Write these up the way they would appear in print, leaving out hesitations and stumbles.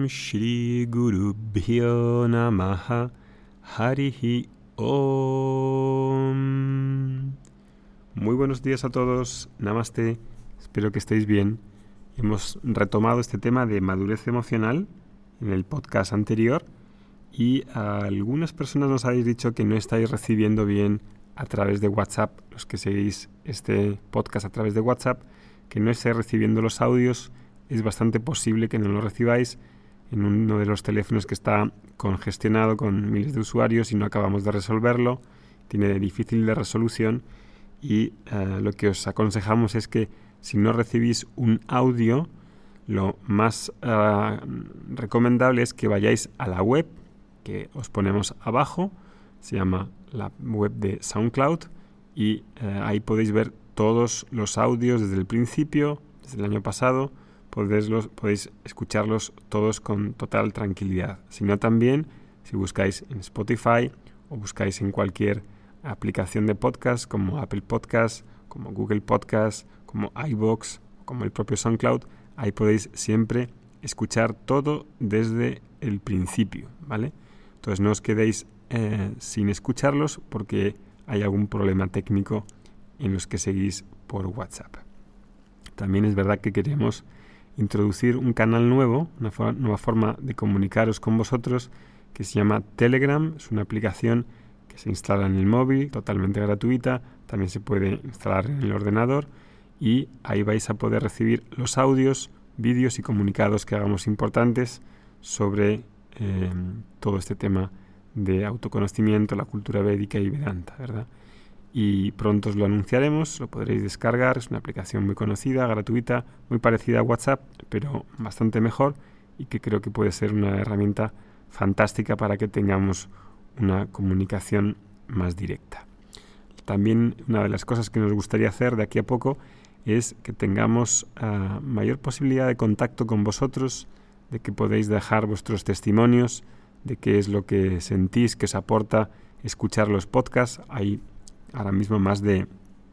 Shri Gurubhyo Namaha Harihi Om. Muy buenos días a todos, Namaste, espero que estéis bien. Hemos retomado este tema de madurez emocional en el podcast anterior y a algunas personas nos habéis dicho que no estáis recibiendo bien a través de WhatsApp, los que seguís este podcast a través de WhatsApp, que no estáis recibiendo los audios. Es bastante posible que no lo recibáis en uno de los teléfonos que está congestionado con miles de usuarios y no acabamos de resolverlo, tiene difícil de resolución y lo que os aconsejamos es que si no recibís un audio, lo más recomendable es que vayáis a la web que os ponemos abajo, se llama la web de SoundCloud y ahí podéis ver todos los audios desde el principio, desde el año pasado. Podéis escucharlos todos con total tranquilidad. Si no, también, si buscáis en Spotify o buscáis en cualquier aplicación de podcast como Apple Podcast, como Google Podcast, como iVoox, como el propio SoundCloud, ahí podéis siempre escuchar todo desde el principio, ¿vale? Entonces no os quedéis sin escucharlos porque hay algún problema técnico en los que seguís por WhatsApp. También es verdad que queremos introducir un canal nuevo, una nueva forma de comunicaros con vosotros que se llama Telegram. Es una aplicación que se instala en el móvil, totalmente gratuita, también se puede instalar en el ordenador y ahí vais a poder recibir los audios, vídeos y comunicados que hagamos importantes sobre todo este tema de autoconocimiento, la cultura védica y Vedanta, ¿verdad? Y pronto os lo anunciaremos, lo podréis descargar, es una aplicación muy conocida, gratuita, muy parecida a WhatsApp, pero bastante mejor y que creo que puede ser una herramienta fantástica para que tengamos una comunicación más directa. También una de las cosas que nos gustaría hacer de aquí a poco es que tengamos mayor posibilidad de contacto con vosotros, de que podéis dejar vuestros testimonios, de qué es lo que sentís, que os aporta escuchar los podcasts. Hay ahora mismo más de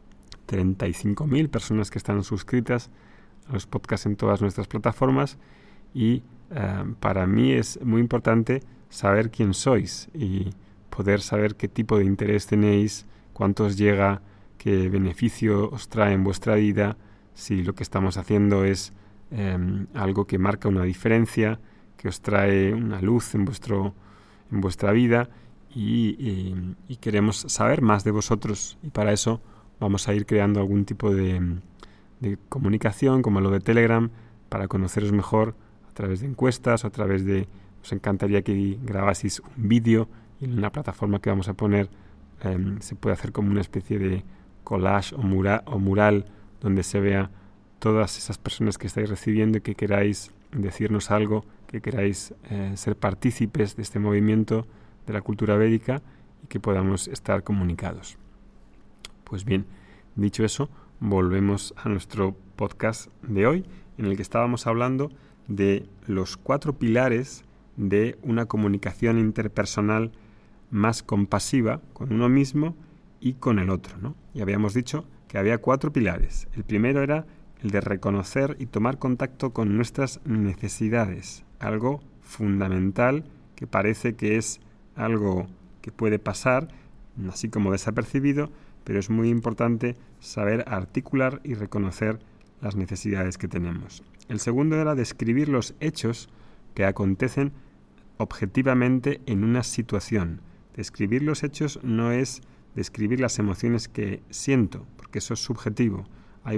35.000 personas que están suscritas a los podcasts en todas nuestras plataformas y para mí es muy importante saber quién sois y poder saber qué tipo de interés tenéis, cuánto os llega, qué beneficio os trae en vuestra vida, si lo que estamos haciendo es algo que marca una diferencia, que os trae una luz en vuestra vida. Y queremos saber más de vosotros y para eso vamos a ir creando algún tipo de comunicación como lo de Telegram para conoceros mejor a través de encuestas o a través de... Os encantaría que grabaseis un vídeo y en la plataforma que vamos a poner se puede hacer como una especie de collage o mural donde se vea todas esas personas que estáis recibiendo y que queráis decirnos algo, que queráis ser partícipes de este movimiento de la cultura védica y que podamos estar comunicados. Pues bien, dicho eso, volvemos a nuestro podcast de hoy, en el que estábamos hablando de los 4 pilares de una comunicación interpersonal más compasiva con uno mismo y con el otro, ¿no? Y habíamos dicho que había 4 pilares. El primero era el de reconocer y tomar contacto con nuestras necesidades, algo fundamental que parece que es algo que puede pasar, así como desapercibido, pero es muy importante saber articular y reconocer las necesidades que tenemos. El segundo era describir los hechos que acontecen objetivamente en una situación. Describir los hechos no es describir las emociones que siento, porque eso es subjetivo. Hay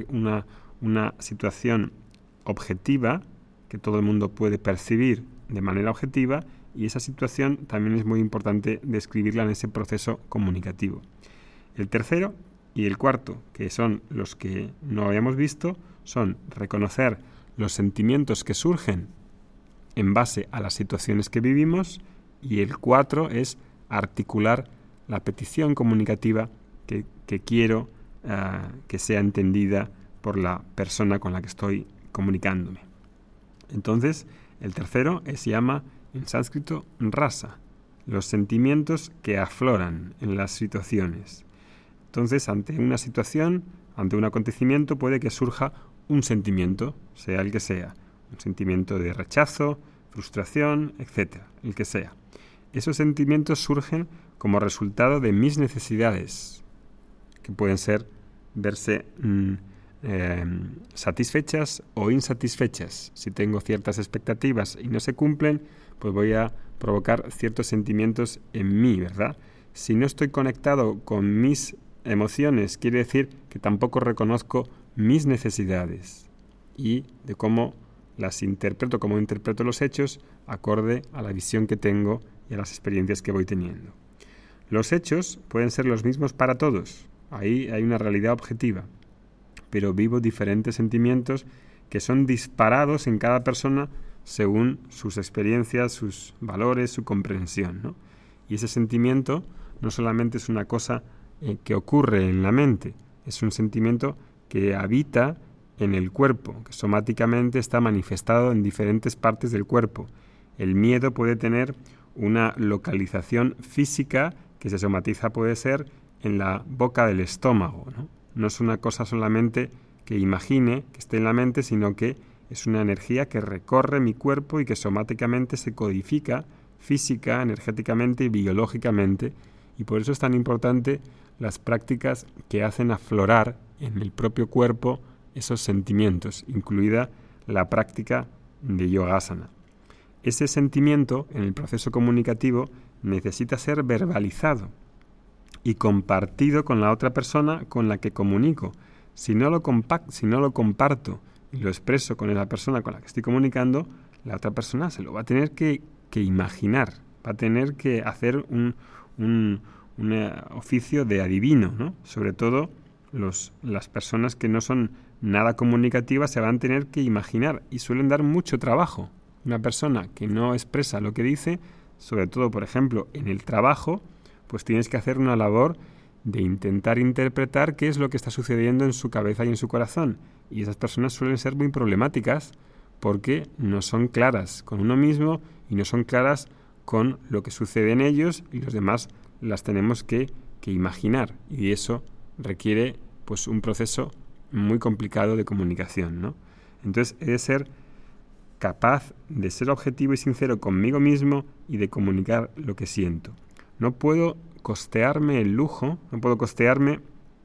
una situación objetiva que todo el mundo puede percibir de manera objetiva y esa situación también es muy importante describirla en ese proceso comunicativo. El tercero y el cuarto, que son los que no habíamos visto, son reconocer los sentimientos que surgen en base a las situaciones que vivimos y el 4 es articular la petición comunicativa que quiero que sea entendida por la persona con la que estoy comunicándome. Entonces, el tercero se llama en sánscrito rasa, los sentimientos que afloran en las situaciones. Entonces, ante una situación, ante un acontecimiento, puede que surja un sentimiento, sea el que sea. Un sentimiento de rechazo, frustración, etcétera, el que sea. Esos sentimientos surgen como resultado de mis necesidades, que pueden ser verse satisfechas o insatisfechas. Si tengo ciertas expectativas y no se cumplen, pues voy a provocar ciertos sentimientos en mí, ¿verdad? Si no estoy conectado con mis emociones, quiere decir que tampoco reconozco mis necesidades y de cómo las interpreto, cómo interpreto los hechos acorde a la visión que tengo y a las experiencias que voy teniendo. Los hechos pueden ser los mismos para todos. Ahí hay una realidad objetiva, pero vivo diferentes sentimientos que son disparados en cada persona según sus experiencias, sus valores, su comprensión, ¿no? Y ese sentimiento no solamente es una cosa que ocurre en la mente, es un sentimiento que habita en el cuerpo, que somáticamente está manifestado en diferentes partes del cuerpo. El miedo puede tener una localización física que se somatiza, puede ser en la boca del estómago, ¿no? No es una cosa solamente que imagine, que esté en la mente, sino que es una energía que recorre mi cuerpo y que somáticamente se codifica física, energéticamente y biológicamente. Y por eso es tan importante las prácticas que hacen aflorar en el propio cuerpo esos sentimientos, incluida la práctica de yogasana. Ese sentimiento en el proceso comunicativo necesita ser verbalizado y compartido con la otra persona con la que comunico. Si no lo comparto y lo expreso con la persona con la que estoy comunicando, la otra persona se lo va a tener que imaginar, va a tener que hacer un oficio de adivino, ¿no? Sobre todo las personas que no son nada comunicativas se van a tener que imaginar y suelen dar mucho trabajo. Una persona que no expresa lo que dice, sobre todo, por ejemplo, en el trabajo, pues tienes que hacer una labor de intentar interpretar qué es lo que está sucediendo en su cabeza y en su corazón. Y esas personas suelen ser muy problemáticas porque no son claras con uno mismo y no son claras con lo que sucede en ellos, y los demás las tenemos que imaginar. Y eso requiere pues un proceso muy complicado de comunicación, ¿no? Entonces he de ser capaz de ser objetivo y sincero conmigo mismo y de comunicar lo que siento. No puedo costearme el lujo, no puedo costearme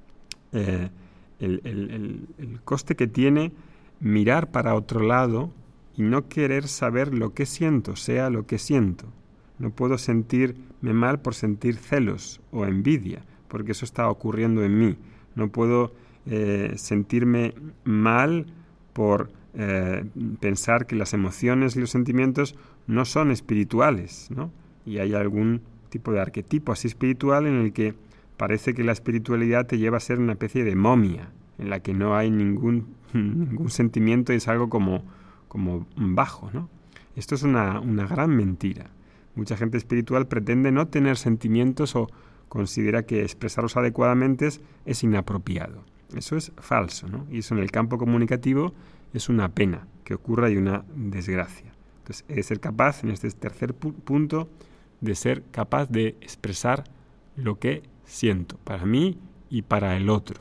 el coste que tiene mirar para otro lado y no querer saber lo que siento, sea lo que siento. No puedo sentirme mal por sentir celos o envidia, porque eso está ocurriendo en mí. No puedo sentirme mal por pensar que las emociones y los sentimientos no son espirituales, ¿no? Y hay algún tipo de arquetipo así espiritual en el que parece que la espiritualidad te lleva a ser una especie de momia, en la que no hay ningún sentimiento y es algo como bajo, ¿no? Esto es una gran mentira. Mucha gente espiritual pretende no tener sentimientos o considera que expresarlos adecuadamente es inapropiado. Eso es falso, ¿no? Y eso en el campo comunicativo es una pena que ocurra y una desgracia. Entonces, he de ser capaz, en este tercer punto, de ser capaz de expresar lo que siento, para mí y para el otro.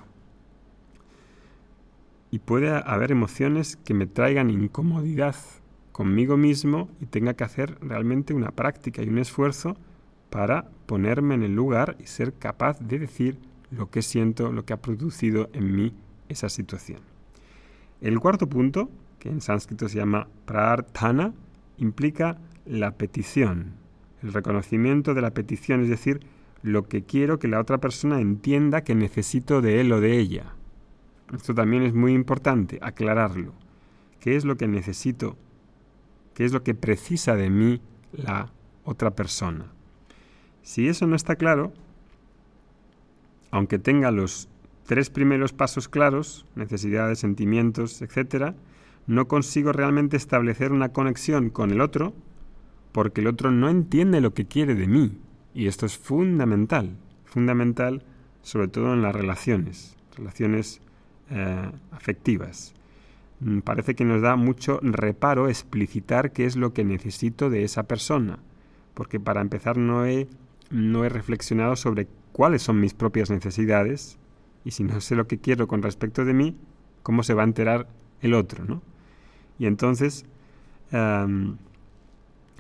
Y puede haber emociones que me traigan incomodidad conmigo mismo y tenga que hacer realmente una práctica y un esfuerzo para ponerme en el lugar y ser capaz de decir lo que siento, lo que ha producido en mí esa situación. El cuarto punto, que en sánscrito se llama prarthana, implica la petición, el reconocimiento de la petición, es decir, lo que quiero que la otra persona entienda que necesito de él o de ella. Esto también es muy importante, aclararlo. ¿Qué es lo que necesito? ¿Qué es lo que precisa de mí la otra persona? Si eso no está claro, aunque tenga los 3 primeros pasos claros, necesidades, sentimientos, etc., no consigo realmente establecer una conexión con el otro porque el otro no entiende lo que quiere de mí. Y esto es fundamental sobre todo en las relaciones afectivas. Parece que nos da mucho reparo explicitar qué es lo que necesito de esa persona, porque para empezar no he reflexionado sobre cuáles son mis propias necesidades, y si no sé lo que quiero con respecto de mí, ¿cómo se va a enterar el otro, ¿no? Y entonces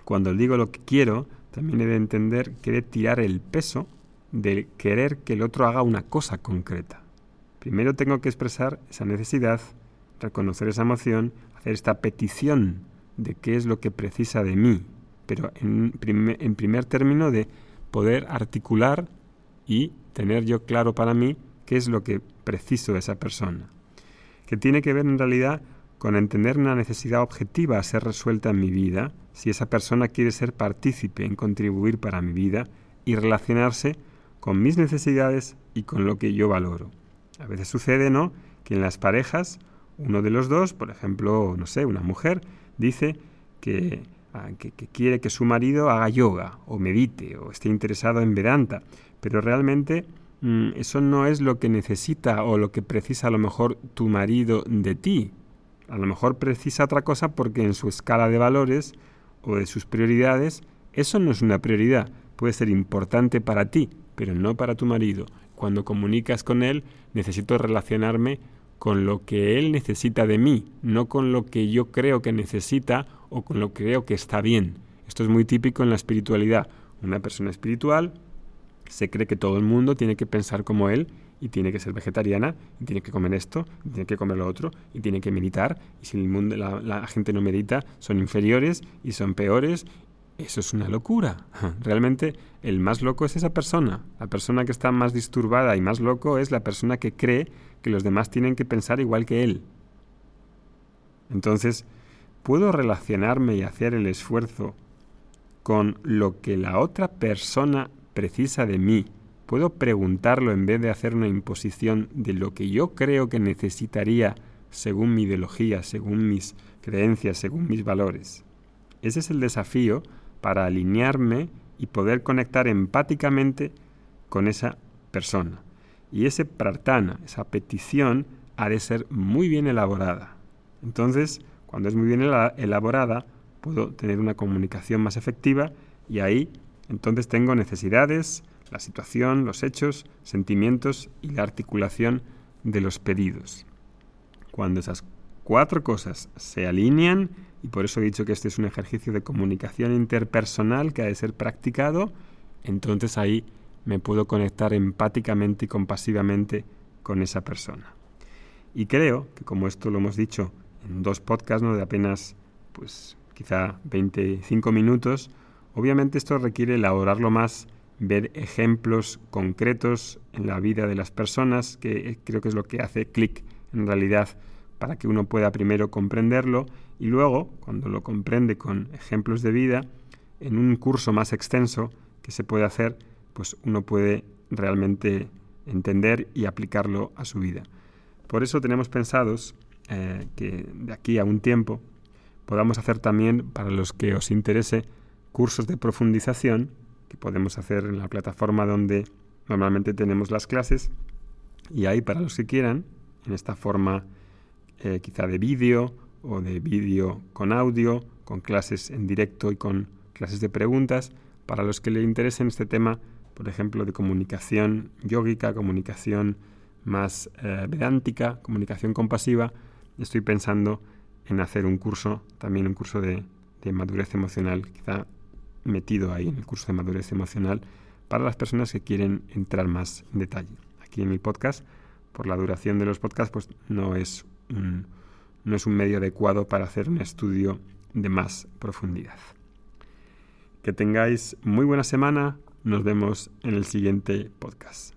Cuando digo lo que quiero, también he de entender que he de tirar el peso de querer que el otro haga una cosa concreta. Primero tengo que expresar esa necesidad, reconocer esa emoción, hacer esta petición de qué es lo que precisa de mí, pero en primer término de poder articular y tener yo claro para mí qué es lo que preciso de esa persona, que tiene que ver en realidad con entender una necesidad objetiva a ser resuelta en mi vida, si esa persona quiere ser partícipe en contribuir para mi vida y relacionarse con mis necesidades y con lo que yo valoro. A veces sucede, ¿no?, que en las parejas uno de los dos, por ejemplo, no sé, una mujer, dice que quiere que su marido haga yoga o medite o esté interesado en Vedanta, pero realmente eso no es lo que necesita o lo que precisa a lo mejor tu marido de ti. A lo mejor precisa otra cosa porque en su escala de valores o de sus prioridades eso no es una prioridad. Puede ser importante para ti, pero no para tu marido. Cuando comunicas con él, necesito relacionarme con lo que él necesita de mí, no con lo que yo creo que necesita o con lo que creo que está bien. Esto es muy típico en la espiritualidad. Una persona espiritual se cree que todo el mundo tiene que pensar como él y tiene que ser vegetariana y tiene que comer esto, y tiene que comer lo otro y tiene que meditar, y si el mundo, la gente no medita son inferiores y son peores. Eso es una locura. Realmente el más loco es esa persona. La persona que está más disturbada y más loco es la persona que cree que los demás tienen que pensar igual que él. Entonces, ¿puedo relacionarme y hacer el esfuerzo con lo que la otra persona precisa de mí? ¿Puedo preguntarlo en vez de hacer una imposición de lo que yo creo que necesitaría según mi ideología, según mis creencias, según mis valores? Ese es el desafío para alinearme y poder conectar empáticamente con esa persona. Y ese prarthana, esa petición, ha de ser muy bien elaborada. Entonces, cuando es muy bien elaborada, puedo tener una comunicación más efectiva y ahí entonces tengo necesidades, la situación, los hechos, sentimientos y la articulación de los pedidos. Cuando esas 4 cosas se alinean, y por eso he dicho que este es un ejercicio de comunicación interpersonal que ha de ser practicado, entonces ahí me puedo conectar empáticamente y compasivamente con esa persona. Y creo que, como esto lo hemos dicho en 2 podcasts, ¿no?, de apenas quizá 25 minutos, obviamente esto requiere elaborarlo más, ver ejemplos concretos en la vida de las personas, que creo que es lo que hace clic en realidad para que uno pueda primero comprenderlo y luego, cuando lo comprende con ejemplos de vida, en un curso más extenso que se puede hacer, pues uno puede realmente entender y aplicarlo a su vida. Por eso tenemos pensados que de aquí a un tiempo podamos hacer también, para los que os interese, cursos de profundización que podemos hacer en la plataforma donde normalmente tenemos las clases, y ahí, para los que quieran, en esta forma quizá de vídeo o de vídeo con audio, con clases en directo y con clases de preguntas, para los que le interesen este tema, por ejemplo, de comunicación yógica, comunicación más vedántica, comunicación compasiva. Estoy pensando en hacer un curso, también un curso de madurez emocional, quizá metido ahí en el curso de madurez emocional, para las personas que quieren entrar más en detalle. Aquí en el podcast, por la duración de los podcasts, pues no es un medio adecuado para hacer un estudio de más profundidad. Que tengáis muy buena semana. Nos vemos en el siguiente podcast.